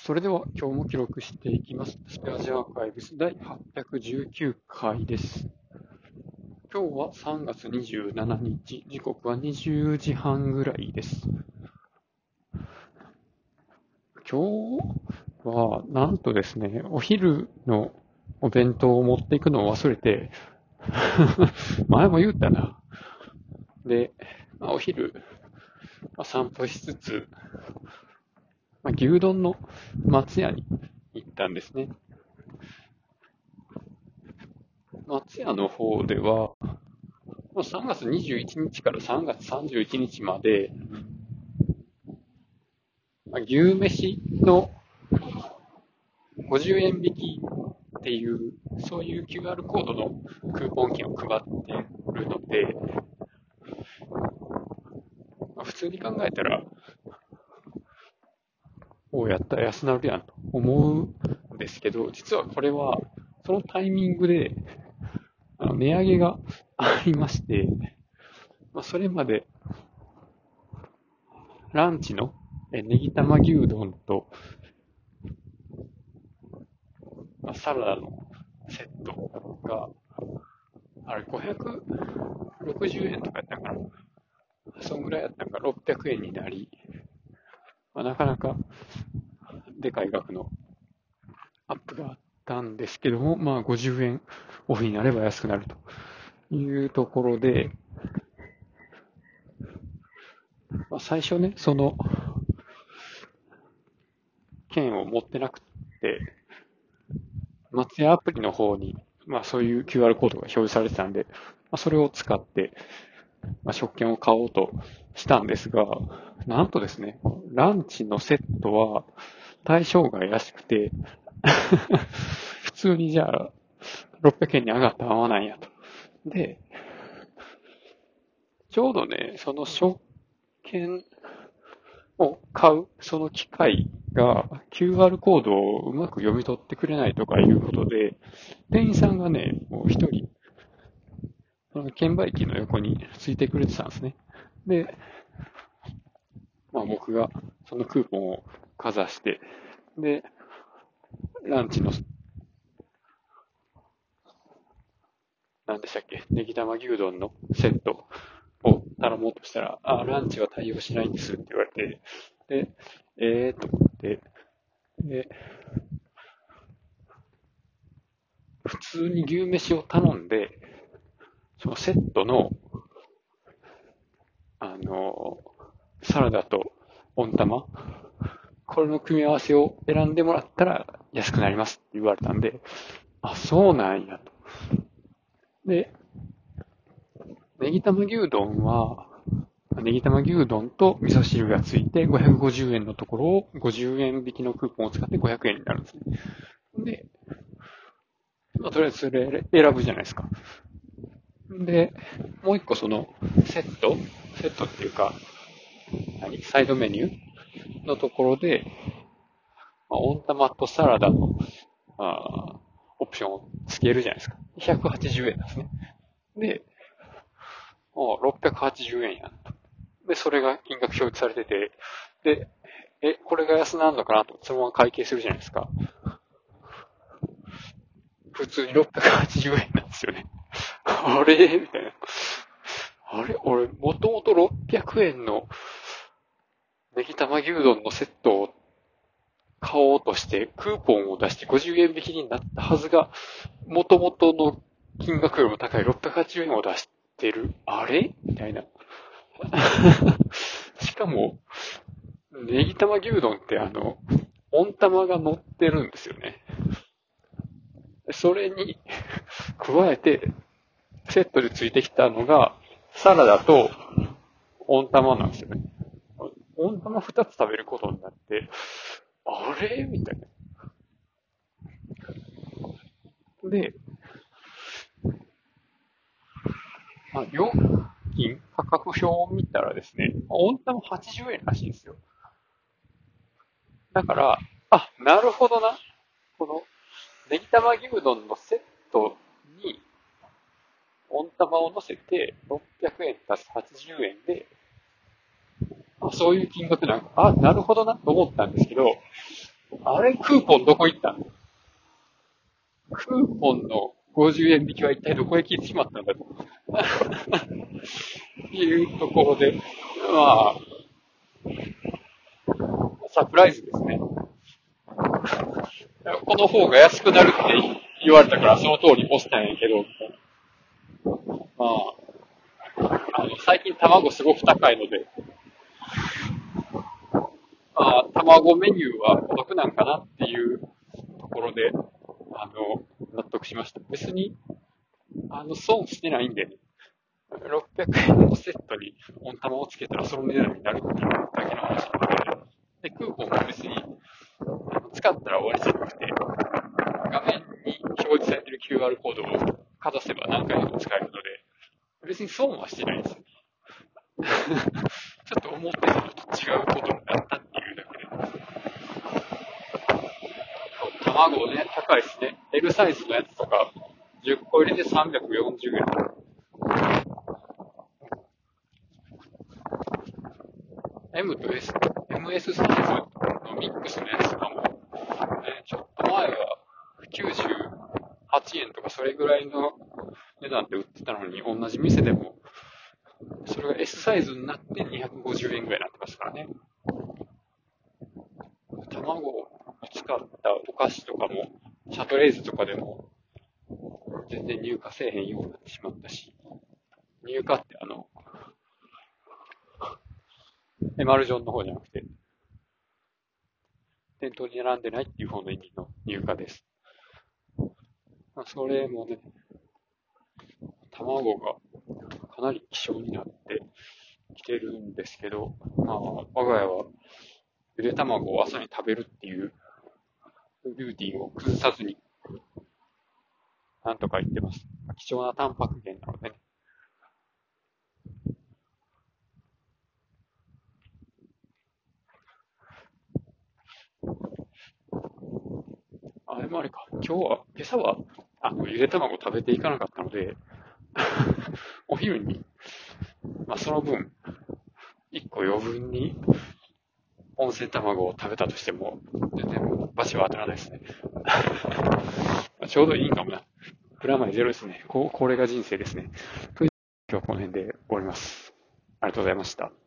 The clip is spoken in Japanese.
それでは今日も記録していきます。スペアジアーカイブス第819回です。今日は3月27日、時刻は20時半ぐらいです。今日はなんとですね、お昼のお弁当を持っていくのを忘れて、前も言ったな。で、お昼、散歩しつつ、牛丼の松屋に行ったんですね。松屋の方では、3月21日から3月31日まで、牛飯の50円引きっていう、そういう QR コードのクーポン券を配っているので、普通に考えたら、やったら安なるやんと思うんですけど、実はこれは、そのタイミングで、値上げがありまして、それまでランチのネギ玉牛丼とサラダのセットが、あれ560円とかやったかな。そんぐらいやったのが600円になり、なかなかでかい額のアップがあったんですけども、50円オフになれば安くなるというところで、最初ね、その券を持ってなくて、松屋アプリの方に、そういう QR コードが表示されてたんで、それを使って、食券を買おうとしたんですが、なんとですね、ランチのセットは対象外らしくて、普通にじゃあ600円に上がったままなんやと。で、ちょうどね、その食券を買う、その機械が QR コードをうまく読み取ってくれないとかいうことで、店員さんがね、もう一人、その券売機の横についてくれてたんですね。で、僕がそのクーポンをかざして、で、ランチの、何でしたっけ、ネギ玉牛丼のセットを頼もうとしたら、ランチは対応しないんですって言われて、で、と思って、で、普通に牛飯を頼んで、そのセットの、サラダと温玉、これの組み合わせを選んでもらったら安くなりますって言われたんで、そうなんやと。で、ネギ玉牛丼は、ネギ玉牛丼と味噌汁がついて550円のところを50円引きのクーポンを使って500円になるんですね。で、とりあえずそれ選ぶじゃないですか。で、もう一個そのセットっていうか、サイドメニューのところで、温玉とサラダのオプションをつけるじゃないですか。180円なんですね。で、680円やんと。で、それが金額表示されてて、で、これが安なんのかなと、そのまま会計するじゃないですか。普通に680円なんですよね。あれみたいな。俺、もともと600円のネギ玉牛丼のセットを買おうとして、クーポンを出して50円引きになったはずが、元々の金額よりも高い680円を出してる。あれみたいな。しかも、ネギ玉牛丼って温玉が乗ってるんですよね。それに加えて、セットでついてきたのが、サラダと温玉なんですよね。温玉2つ食べることになって、あれみたいな。で、料金価格表を見たらですね、温玉80円らしいんですよ。だから、なるほどな。この、ネギ玉牛丼のセットに、温玉を乗せて600円足す80円で、そういう金額なるほどなと思ったんですけど、 あれ、クーポンどこ行った？クーポンの50円引きは一体どこへ消えてしまったんだというところで、まあ、サプライズですね。この方が安くなるって言われたからその通り押したんやけど、ま最近卵すごく高いので、卵メニューはお得なんかなっていうところで、納得しました。別に、損してないんでね。600円のセットに温玉をつけたらその値段になるっていうだけの話なので、クーポンも別に使ったら終わりじゃなくて、画面に表示されている QR コードをかざせば何回でも使えるので、別に損はしてないんですよ。ちょっと思ってたのと違うことになったっていうだけで。卵ね、高いですね。L サイズのやつとか、10個入りで340円。M と S、MS サイズのミックスのやつとかも、ちょっと前は98円とかそれぐらいの値段で売ってたのに、同じ店でも、それが S サイズになって250円ぐらいになってますからね。卵を使ったお菓子とかも、シャトレーゼとかでも、全然入荷せえへんようになってしまったし、入荷ってエマルジョンの方じゃなくて、店頭に並んでないっていう方の意味の入荷です。それもね、卵がかなり希少になってきてるんですけど、我が家はゆで卵を朝に食べるっていうルーティンを崩さずに、なんとか言ってます。貴重なタンパク源なのでね。でもあれか。今朝は、ゆで卵を食べていかなかったので、お昼に、その分、1個余分に温泉卵を食べたとしても、全然罰は当たらないですね。ちょうどいいかもな。プラマイゼロですね。これが人生ですね。という今日はこの辺で終わります。ありがとうございました。